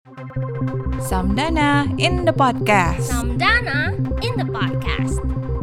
Samdana in the podcast. Samdana in the podcast.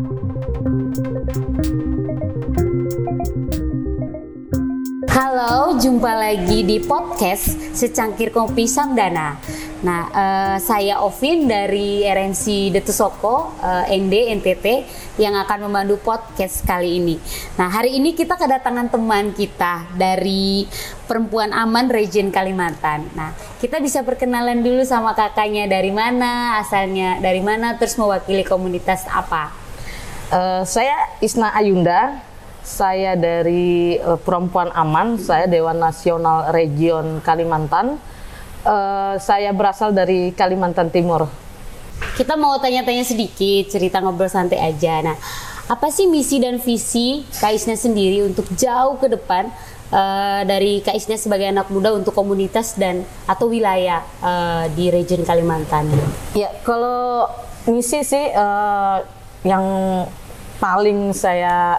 Halo, jumpa lagi di podcast Secangkir Kopi Samdana. Nah, saya Ovin dari RNC Detusoko ND NTT yang akan memandu podcast kali ini. Nah, hari ini kita kedatangan teman kita dari Perempuan Aman Region Kalimantan. Nah, kita bisa perkenalan dulu sama kakaknya, dari mana, asalnya dari mana, terus mewakili komunitas apa? Saya Isna Ayunda. Saya dari Perempuan Aman, saya Dewan Nasional Region Kalimantan. Saya berasal dari Kalimantan Timur. Kita mau tanya-tanya sedikit, cerita ngobrol santai aja. Nah, apa sih misi dan visi Kak Isna sendiri untuk jauh ke depan dari Kak Isna sebagai anak muda untuk komunitas dan atau wilayah di region Kalimantan? Ya, kalau misi sih yang paling saya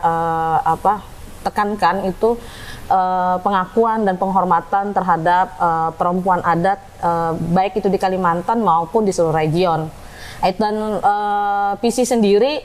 tekankan itu pengakuan dan penghormatan terhadap perempuan adat baik itu di Kalimantan maupun di seluruh region. Dan visi sendiri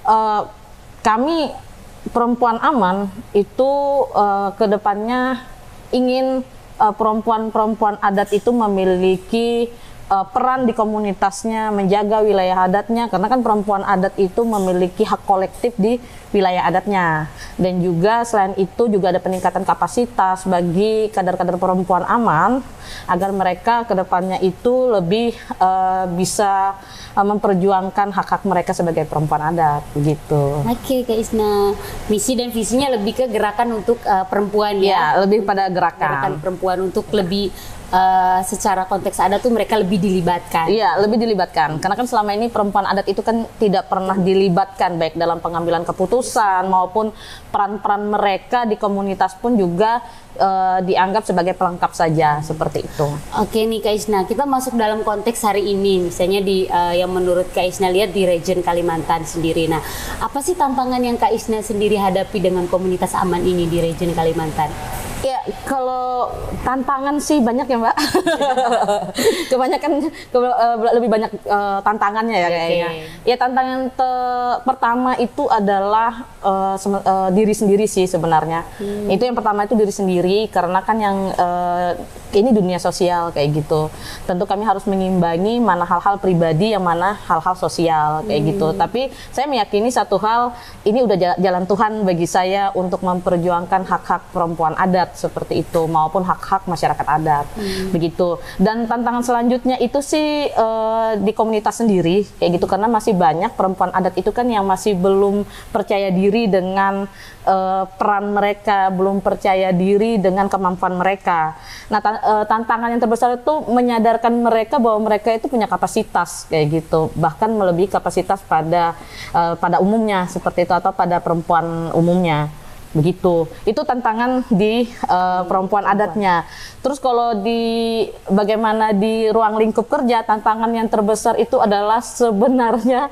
kami Perempuan Aman itu kedepannya ingin perempuan-perempuan adat itu memiliki peran di komunitasnya, menjaga wilayah adatnya, karena kan perempuan adat itu memiliki hak kolektif di wilayah adatnya. Dan juga selain itu juga ada peningkatan kapasitas bagi kader-kader perempuan aman agar mereka kedepannya itu lebih bisa memperjuangkan hak-hak mereka sebagai perempuan adat, begitu. Oke, Kak Isna, misi dan visinya lebih ke gerakan untuk perempuan ya? Ya, lebih pada gerakan perempuan untuk lebih secara konteks adat tuh mereka lebih dilibatkan. Iya, lebih dilibatkan. Karena kan selama ini perempuan adat itu kan tidak pernah dilibatkan baik dalam pengambilan keputusan maupun peran-peran mereka di komunitas pun juga dianggap sebagai pelengkap saja, seperti itu. Oke nih Kak Isna, kita masuk dalam konteks hari ini, misalnya di yang menurut Kak Isna lihat di region Kalimantan sendiri. Nah, apa sih tantangan yang Kak Isna sendiri hadapi dengan komunitas aman ini di region Kalimantan? Ya, kalau tantangan sih banyak ya Mbak. Kebanyakan lebih banyak tantangannya ya kayaknya. Ya, tantangan pertama itu adalah diri sendiri sih sebenarnya. Itu yang pertama itu diri sendiri, karena kan yang ini dunia sosial kayak gitu. Tentu kami harus mengimbangi mana hal-hal pribadi, yang mana hal-hal sosial kayak gitu. Tapi saya meyakini satu hal, ini udah jalan Tuhan bagi saya untuk memperjuangkan hak-hak perempuan adat seperti itu maupun hak-hak masyarakat adat begitu. Dan tantangan selanjutnya itu sih di komunitas sendiri kayak gitu, karena masih banyak perempuan adat itu kan yang masih belum percaya diri dengan peran mereka, belum percaya diri dengan kemampuan mereka. Nah, tantangan yang terbesar itu menyadarkan mereka bahwa mereka itu punya kapasitas kayak gitu, bahkan melebihi kapasitas pada umumnya seperti itu, atau pada perempuan umumnya. Begitu, itu tantangan di perempuan adatnya. Terus kalau bagaimana di ruang lingkup kerja, tantangan yang terbesar itu adalah sebenarnya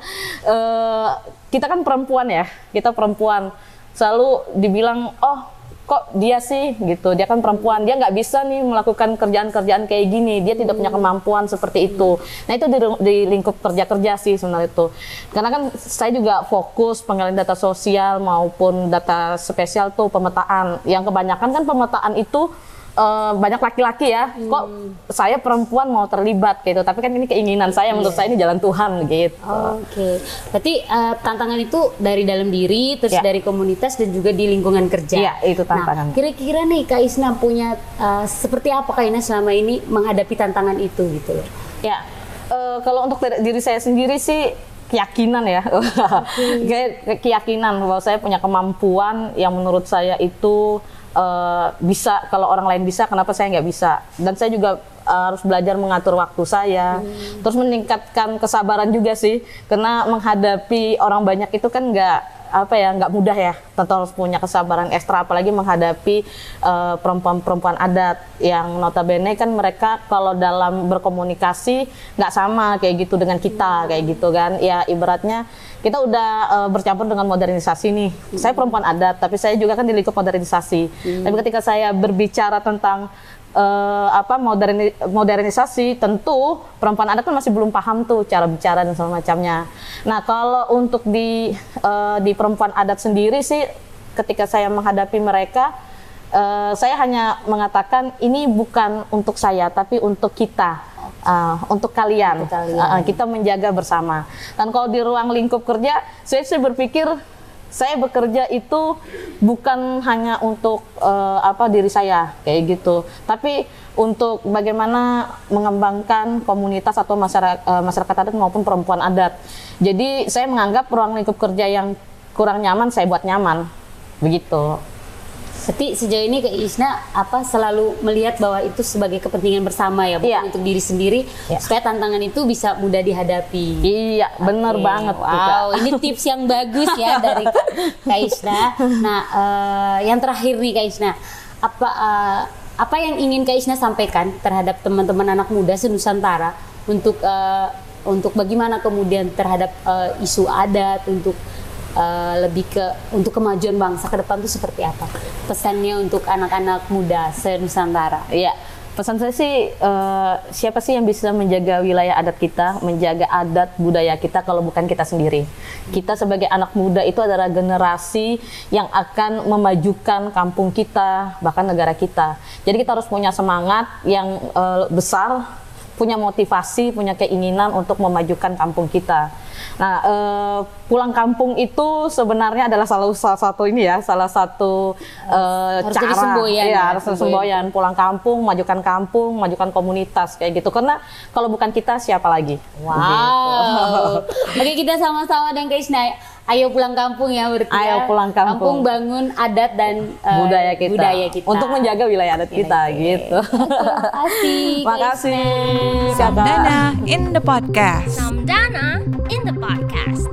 kita kan perempuan ya, kita perempuan selalu dibilang, oh kok dia sih gitu, dia kan perempuan, dia nggak bisa nih melakukan kerjaan-kerjaan kayak gini, dia tidak punya kemampuan seperti itu. Nah, itu di lingkup kerja sih sebenarnya itu, karena kan saya juga fokus penggalian data sosial maupun data spesial tuh pemetaan, yang kebanyakan kan pemetaan itu banyak laki-laki ya, kok saya perempuan mau terlibat gitu, tapi kan ini keinginan saya, menurut saya ini jalan Tuhan gitu. Oke. Berarti tantangan itu dari dalam diri, terus dari komunitas dan juga di lingkungan kerja. Iya, itu tantangan. Nah, kira-kira nih Kak Isna punya seperti apa Kak Isna selama ini menghadapi tantangan itu gitu loh? Ya, kalau untuk diri saya sendiri sih keyakinan ya, keyakinan bahwa saya punya kemampuan yang menurut saya itu bisa. Kalau orang lain bisa, kenapa saya nggak bisa? Dan saya juga harus belajar mengatur waktu saya, terus meningkatkan kesabaran juga sih, karena menghadapi orang banyak itu kan nggak mudah ya. Tentu harus punya kesabaran ekstra, apalagi menghadapi perempuan-perempuan adat yang notabene kan mereka kalau dalam berkomunikasi nggak sama kayak gitu dengan kita kayak gitu kan. Ya ibaratnya kita udah bercampur dengan modernisasi nih. Saya perempuan adat, tapi saya juga kan di lingkup modernisasi. Tapi ketika saya berbicara tentang modernisasi, tentu perempuan adat kan masih belum paham tuh cara bicara dan segala macamnya. Nah, kalau untuk di perempuan adat sendiri sih, ketika saya menghadapi mereka, saya hanya mengatakan ini bukan untuk saya, tapi untuk kita, untuk kalian. Kita menjaga bersama. Dan kalau di ruang lingkup kerja, saya berpikir saya bekerja itu bukan hanya untuk diri saya kayak gitu, tapi untuk bagaimana mengembangkan komunitas atau masyarakat adat maupun perempuan adat. Jadi saya menganggap ruang lingkup kerja yang kurang nyaman saya buat nyaman, begitu. Berarti sejauh ini Kak Isna selalu melihat bahwa itu sebagai kepentingan bersama ya, bukan untuk diri sendiri, supaya tantangan itu bisa mudah dihadapi. Iya, benar banget. Wow, ini tips yang bagus ya dari Kak Isna. Nah, yang terakhir nih Kak Isna, apa yang ingin Kak Isna sampaikan terhadap teman-teman anak muda se-Nusantara untuk bagaimana kemudian terhadap isu adat, untuk kemajuan bangsa ke depan itu seperti apa? Pesannya untuk anak-anak muda se-Nusantara. Iya, pesan saya sih, siapa sih yang bisa menjaga wilayah adat kita, menjaga adat budaya kita kalau bukan kita sendiri? Kita sebagai anak muda itu adalah generasi yang akan memajukan kampung kita, bahkan negara kita. Jadi kita harus punya semangat yang besar, punya motivasi, punya keinginan untuk memajukan kampung kita. Nah, pulang kampung itu sebenarnya adalah salah satu harus cara, semboyan, harus semboyan. Pulang kampung, majukan komunitas kayak gitu. Karena kalau bukan kita, siapa lagi? Wow. Gitu. Oke, kita sama-sama dengan Kak Isna. Ayo pulang kampung ya, berarti. Ayo pulang kampung. Bangun adat dan budaya kita. Untuk menjaga wilayah adat kita, gitu. Terima kasih. Makasih. Samdana in the podcast. Samdana in the podcast.